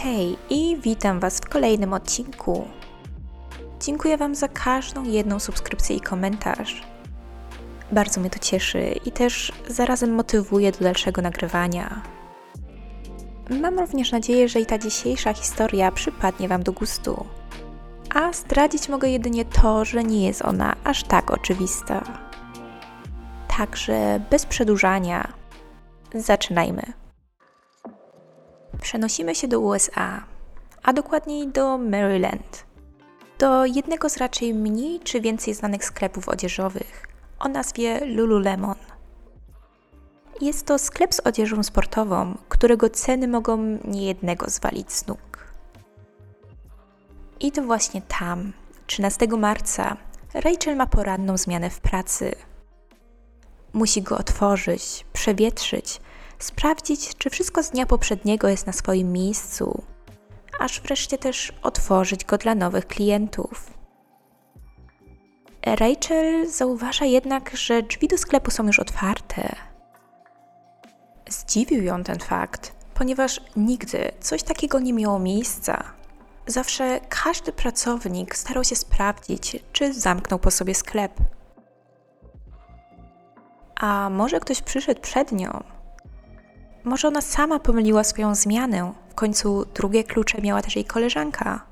Hej i witam Was w kolejnym odcinku. Dziękuję Wam za każdą jedną subskrypcję i komentarz. Bardzo mnie to cieszy i też zarazem motywuje do dalszego nagrywania. Mam również nadzieję, że i ta dzisiejsza historia przypadnie Wam do gustu. A zdradzić mogę jedynie to, że nie jest ona aż tak oczywista. Także bez przedłużania, zaczynajmy. Przenosimy się do USA, a dokładniej do Maryland, do jednego z raczej mniej czy więcej znanych sklepów odzieżowych o nazwie Lululemon. Jest to sklep z odzieżą sportową, którego ceny mogą niejednego zwalić z nóg. I to właśnie tam, 13 marca, Rachel ma poranną zmianę w pracy. Musi go otworzyć, przewietrzyć, sprawdzić, czy wszystko z dnia poprzedniego jest na swoim miejscu, aż wreszcie też otworzyć go dla nowych klientów. Rachel zauważa jednak, że drzwi do sklepu są już otwarte. Zdziwił ją ten fakt, ponieważ nigdy coś takiego nie miało miejsca. Zawsze każdy pracownik starał się sprawdzić, czy zamknął po sobie sklep. A może ktoś przyszedł przed nią? Może ona sama pomyliła swoją zmianę, w końcu drugie klucze miała też jej koleżanka.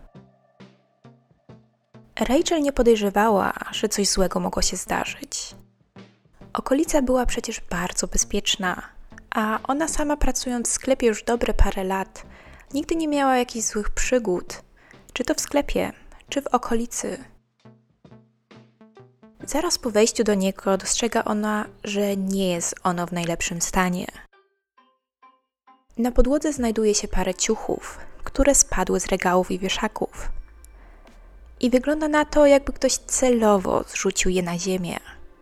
Rachel nie podejrzewała, że coś złego mogło się zdarzyć. Okolica była przecież bardzo bezpieczna, a ona sama pracując w sklepie już dobre parę lat, nigdy nie miała jakichś złych przygód, czy to w sklepie, czy w okolicy. Zaraz po wejściu do niego dostrzega ona, że nie jest ono w najlepszym stanie. Na podłodze znajduje się parę ciuchów, które spadły z regałów i wieszaków. I wygląda na to, jakby ktoś celowo zrzucił je na ziemię.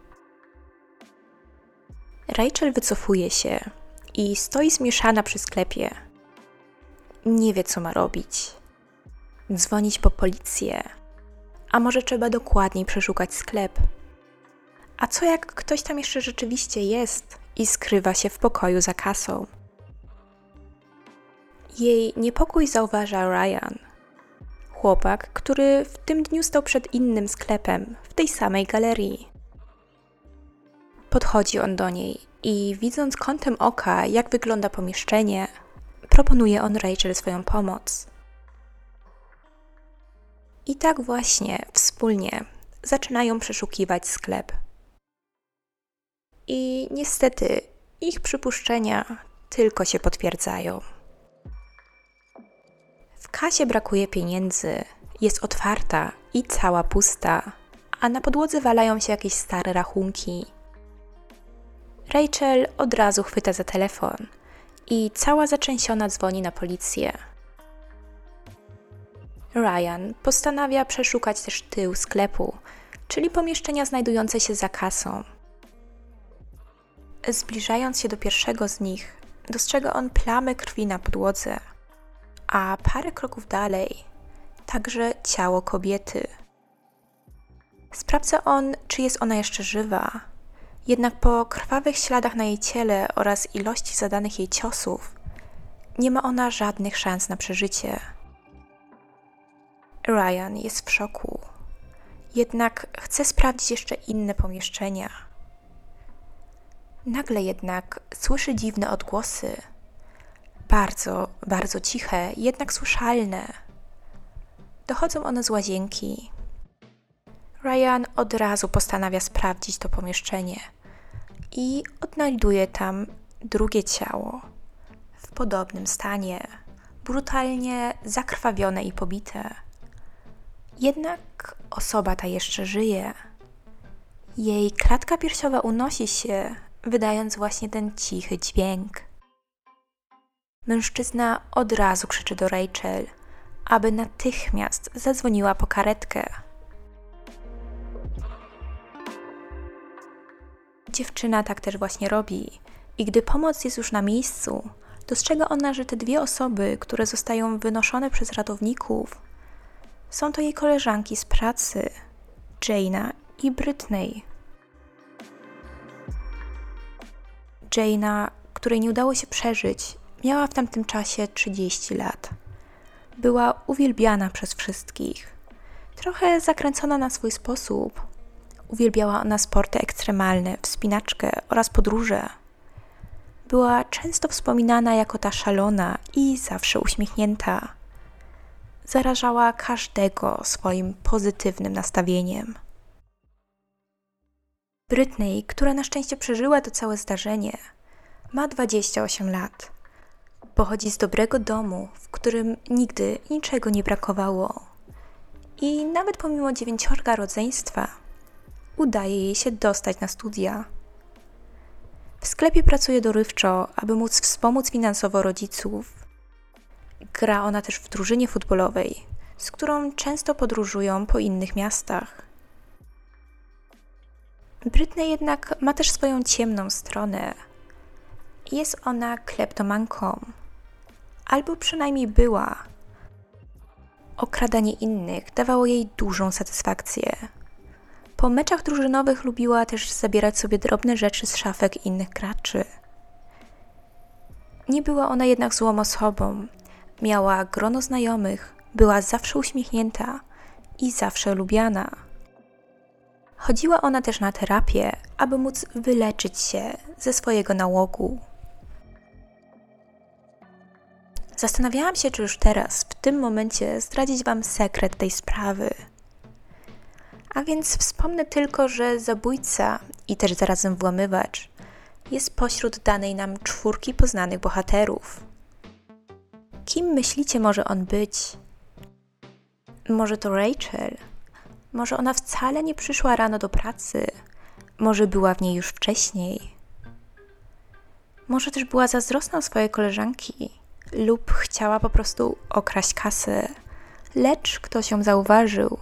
Rachel wycofuje się i stoi zmieszana przy sklepie. Nie wie, co ma robić. Dzwonić po policję. A może trzeba dokładniej przeszukać sklep? A co jak ktoś tam jeszcze rzeczywiście jest i skrywa się w pokoju za kasą? Jej niepokój zauważa Ryan, chłopak, który w tym dniu stał przed innym sklepem w tej samej galerii. Podchodzi on do niej i widząc kątem oka, jak wygląda pomieszczenie, proponuje on Rachel swoją pomoc. I tak właśnie wspólnie zaczynają przeszukiwać sklep. I niestety ich przypuszczenia tylko się potwierdzają. W kasie brakuje pieniędzy, jest otwarta i cała pusta, a na podłodze walają się jakieś stare rachunki. Rachel od razu chwyta za telefon i cała zatrzęsiona dzwoni na policję. Ryan postanawia przeszukać też tył sklepu, czyli pomieszczenia znajdujące się za kasą. Zbliżając się do pierwszego z nich, dostrzega on plamy krwi na podłodze, a parę kroków dalej także ciało kobiety. Sprawdza on, czy jest ona jeszcze żywa, jednak po krwawych śladach na jej ciele oraz ilości zadanych jej ciosów nie ma ona żadnych szans na przeżycie. Ryan jest w szoku, jednak chce sprawdzić jeszcze inne pomieszczenia. Nagle jednak słyszy dziwne odgłosy, bardzo, bardzo ciche, jednak słyszalne. Dochodzą one z łazienki. Ryan od razu postanawia sprawdzić to pomieszczenie i odnajduje tam drugie ciało w podobnym stanie, brutalnie zakrwawione i pobite. Jednak osoba ta jeszcze żyje. Jej klatka piersiowa unosi się, wydając właśnie ten cichy dźwięk. Mężczyzna od razu krzyczy do Rachel, aby natychmiast zadzwoniła po karetkę. Dziewczyna tak też właśnie robi i gdy pomoc jest już na miejscu, dostrzega ona, że te dwie osoby, które zostają wynoszone przez ratowników, są to jej koleżanki z pracy, Jaina i Britney. Jaina, której nie udało się przeżyć, miała w tamtym czasie 30 lat, Była uwielbiana przez wszystkich. Trochę zakręcona na swój sposób. Uwielbiała ona sporty ekstremalne, wspinaczkę oraz podróże. Była często wspominana jako ta szalona i zawsze uśmiechnięta. Zarażała każdego swoim pozytywnym nastawieniem. Britney, która na szczęście przeżyła to całe zdarzenie, ma 28 lat. Pochodzi z dobrego domu, w którym nigdy niczego nie brakowało. I nawet pomimo 9 rodzeństwa, udaje jej się dostać na studia. W sklepie pracuje dorywczo, aby móc wspomóc finansowo rodziców. Gra ona też w drużynie futbolowej, z którą często podróżują po innych miastach. Britney jednak ma też swoją ciemną stronę. Jest ona kleptomanką. Albo przynajmniej była. Okradanie innych dawało jej dużą satysfakcję. Po meczach drużynowych lubiła też zabierać sobie drobne rzeczy z szafek innych graczy. Nie była ona jednak złą osobą. Miała grono znajomych, była zawsze uśmiechnięta i zawsze lubiana. Chodziła ona też na terapię, aby móc wyleczyć się ze swojego nałogu. Zastanawiałam się, czy już teraz, w tym momencie, zdradzić Wam sekret tej sprawy. A więc wspomnę tylko, że zabójca i też zarazem włamywacz jest pośród danej nam 4 poznanych bohaterów. Kim myślicie może on być? Może to Rachel? Może ona wcale nie przyszła rano do pracy? Może była w niej już wcześniej? Może też była zazdrosna o swoje koleżanki lub chciała po prostu okraść kasę, lecz ktoś ją zauważył.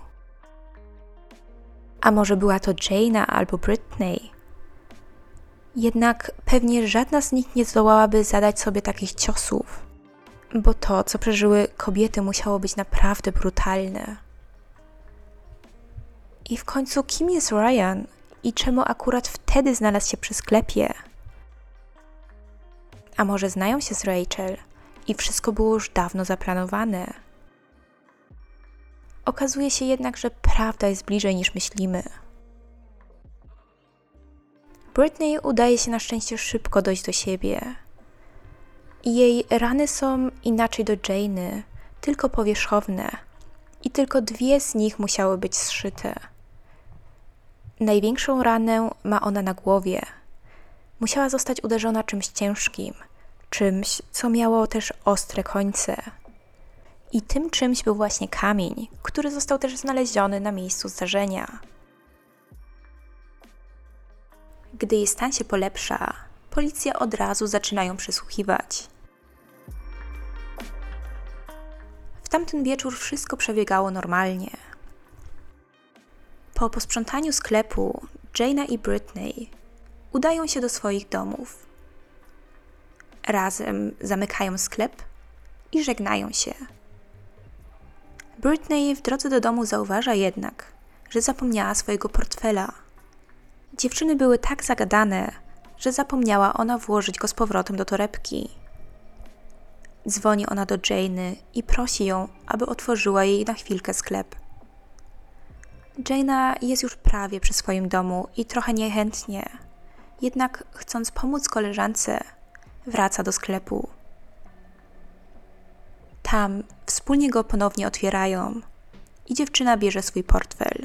A może była to Jaina albo Britney? Jednak pewnie żadna z nich nie zdołałaby zadać sobie takich ciosów, bo to, co przeżyły kobiety, musiało być naprawdę brutalne. I w końcu kim jest Ryan i czemu akurat wtedy znalazł się przy sklepie? A może znają się z Rachel i wszystko było już dawno zaplanowane? Okazuje się jednak, że prawda jest bliżej niż myślimy. Britney udaje się na szczęście szybko dojść do siebie. Jej rany są inaczej do Jainy, tylko powierzchowne i tylko 2 z nich musiały być zszyte. Największą ranę ma ona na głowie. Musiała zostać uderzona czymś ciężkim, czymś, co miało też ostre końce. I tym czymś był właśnie kamień, który został też znaleziony na miejscu zdarzenia. Gdy jej stan się polepsza, policja od razu zaczyna ją przesłuchiwać. W tamten wieczór wszystko przebiegało normalnie. Po posprzątaniu sklepu, Jaina i Britney udają się do swoich domów. Razem zamykają sklep i żegnają się. Britney w drodze do domu zauważa jednak, że zapomniała swojego portfela. Dziewczyny były tak zagadane, że zapomniała ona włożyć go z powrotem do torebki. Dzwoni ona do Jainy i prosi ją, aby otworzyła jej na chwilkę sklep. Jaina jest już prawie przy swoim domu i trochę niechętnie, jednak chcąc pomóc koleżance, wraca do sklepu. Tam wspólnie go ponownie otwierają i dziewczyna bierze swój portfel.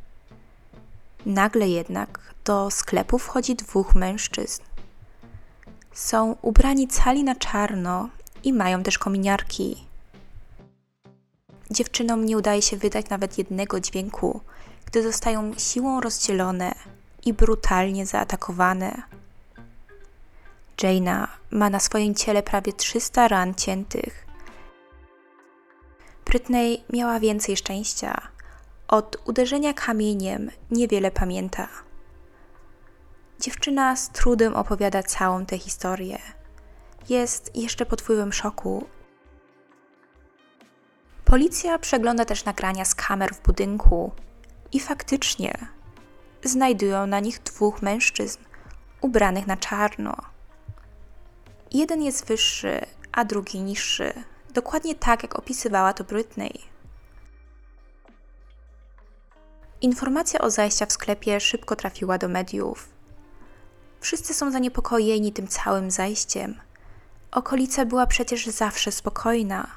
Nagle jednak do sklepu wchodzi 2 mężczyzn. Są ubrani cali na czarno i mają też kominiarki. Dziewczynom nie udaje się wydać nawet jednego dźwięku, gdy zostają siłą rozdzielone i brutalnie zaatakowane. Jaina ma na swoim ciele prawie 300 ran ciętych. Britney miała więcej szczęścia. Od uderzenia kamieniem niewiele pamięta. Dziewczyna z trudem opowiada całą tę historię. Jest jeszcze pod wpływem szoku. Policja przegląda też nagrania z kamer w budynku i faktycznie znajdują na nich 2 mężczyzn ubranych na czarno. Jeden jest wyższy, a drugi niższy, dokładnie tak, jak opisywała to Britney. Informacja o zajściach w sklepie szybko trafiła do mediów. Wszyscy są zaniepokojeni tym całym zajściem. Okolica była przecież zawsze spokojna.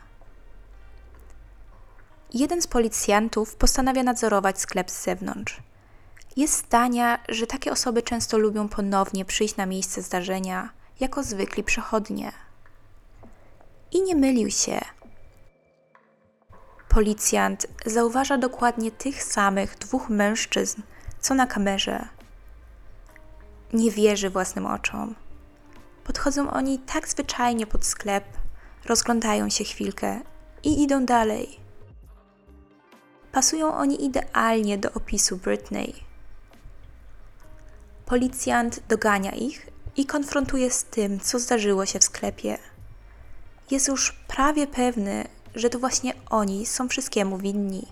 Jeden z policjantów postanawia nadzorować sklep z zewnątrz. Jest zdania, że takie osoby często lubią ponownie przyjść na miejsce zdarzenia jako zwykli przechodnie. I nie mylił się. Policjant zauważa dokładnie tych samych 2 mężczyzn, co na kamerze. Nie wierzy własnym oczom. Podchodzą oni tak zwyczajnie pod sklep, rozglądają się chwilkę i idą dalej. Pasują oni idealnie do opisu Britney. Policjant dogania ich i konfrontuje z tym, co zdarzyło się w sklepie. Jest już prawie pewny, że to właśnie oni są wszystkiemu winni.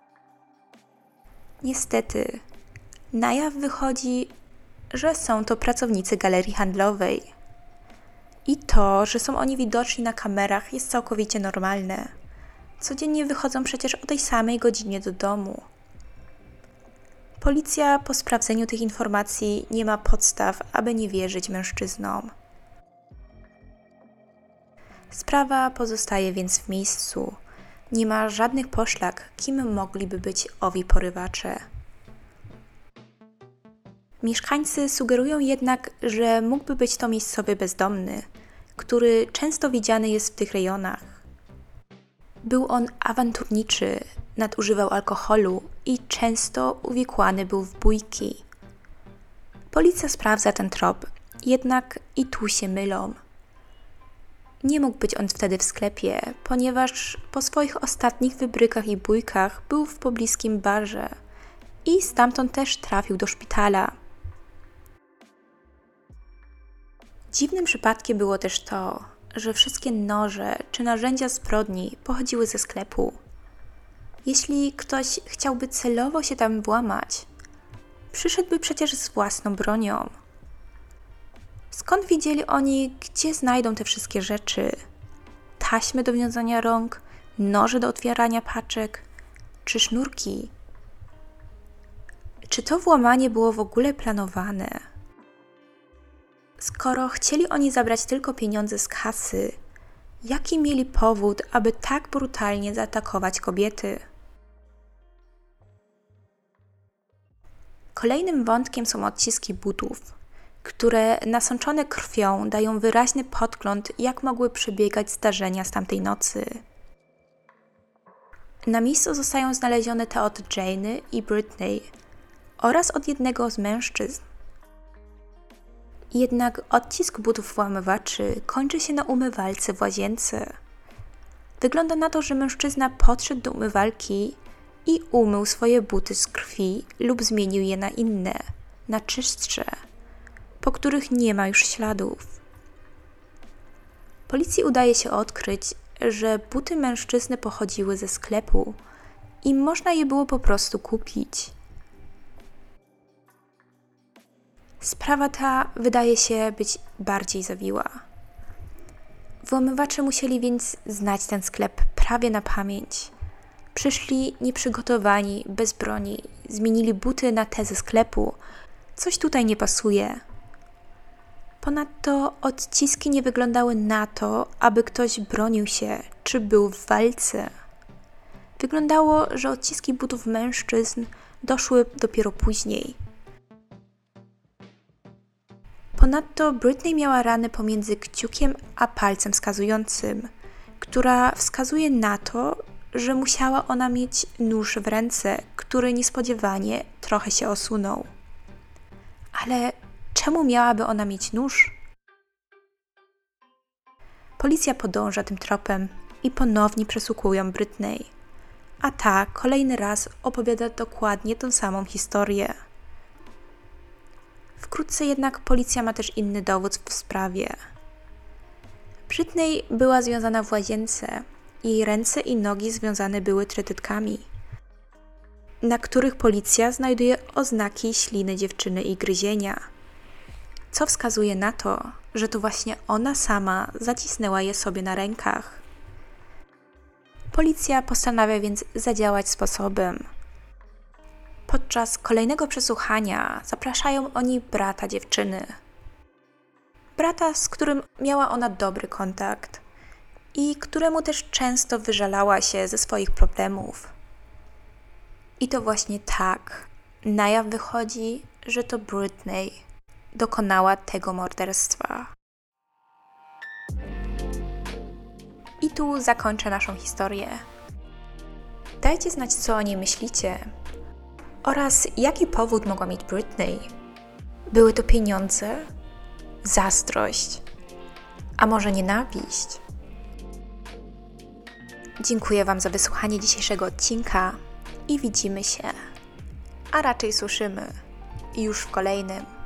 Niestety, na jaw wychodzi, że są to pracownicy galerii handlowej. I to, że są oni widoczni na kamerach, jest całkowicie normalne. Codziennie wychodzą przecież o tej samej godzinie do domu. Policja po sprawdzeniu tych informacji nie ma podstaw, aby nie wierzyć mężczyznom. Sprawa pozostaje więc w miejscu. Nie ma żadnych poszlak, kim mogliby być owi porywacze. Mieszkańcy sugerują jednak, że mógłby być to miejscowy bezdomny, który często widziany jest w tych rejonach. Był on awanturniczy, nadużywał alkoholu i często uwikłany był w bójki. Policja sprawdza ten trop, jednak i tu się mylą. Nie mógł być on wtedy w sklepie, ponieważ po swoich ostatnich wybrykach i bójkach był w pobliskim barze i stamtąd też trafił do szpitala. Dziwnym przypadkiem było też to, że wszystkie noże czy narzędzia zbrodni pochodziły ze sklepu. Jeśli ktoś chciałby celowo się tam włamać, przyszedłby przecież z własną bronią. Skąd wiedzieli oni, gdzie znajdą te wszystkie rzeczy? Taśmy do wiązania rąk, noże do otwierania paczek, czy sznurki? Czy to włamanie było w ogóle planowane? Skoro chcieli oni zabrać tylko pieniądze z kasy, jaki mieli powód, aby tak brutalnie zaatakować kobiety? Kolejnym wątkiem są odciski butów, które nasączone krwią dają wyraźny podgląd, jak mogły przebiegać zdarzenia z tamtej nocy. Na miejscu zostają znalezione te od Jane'y i Britney oraz od jednego z mężczyzn. Jednak odcisk butów włamywaczy kończy się na umywalce w łazience. Wygląda na to, że mężczyzna podszedł do umywalki i umył swoje buty z krwi lub zmienił je na inne, na czystsze, po których nie ma już śladów. Policji udaje się odkryć, że buty mężczyzny pochodziły ze sklepu i można je było po prostu kupić. Sprawa ta wydaje się być bardziej zawiła. Włamywacze musieli więc znać ten sklep prawie na pamięć. Przyszli nieprzygotowani, bez broni, zmienili buty na te ze sklepu. Coś tutaj nie pasuje. Ponadto odciski nie wyglądały na to, aby ktoś bronił się, czy był w walce. Wyglądało, że odciski butów mężczyzn doszły dopiero później. Ponadto Britney miała ranę pomiędzy kciukiem a palcem wskazującym, która wskazuje na to, że musiała ona mieć nóż w ręce, który niespodziewanie trochę się osunął. Ale czemu miałaby ona mieć nóż? Policja podąża tym tropem i ponownie przesłuchują Britney, a ta kolejny raz opowiada dokładnie tą samą historię. Wkrótce jednak policja ma też inny dowód w sprawie. Britney była związana w łazience. Jej ręce i nogi związane były trytytkami, na których policja znajduje oznaki śliny dziewczyny i gryzienia, co wskazuje na to, że to właśnie ona sama zacisnęła je sobie na rękach. Policja postanawia więc zadziałać sposobem. Podczas kolejnego przesłuchania zapraszają oni brata dziewczyny. Brata, z którym miała ona dobry kontakt i któremu też często wyżalała się ze swoich problemów. I to właśnie tak na jaw wychodzi, że to Britney dokonała tego morderstwa. I tu zakończę naszą historię. Dajcie znać, co o niej myślicie oraz jaki powód mogła mieć Britney. Były to pieniądze? Zazdrość? A może nienawiść? Dziękuję Wam za wysłuchanie dzisiejszego odcinka i widzimy się, a raczej słyszymy już w kolejnym.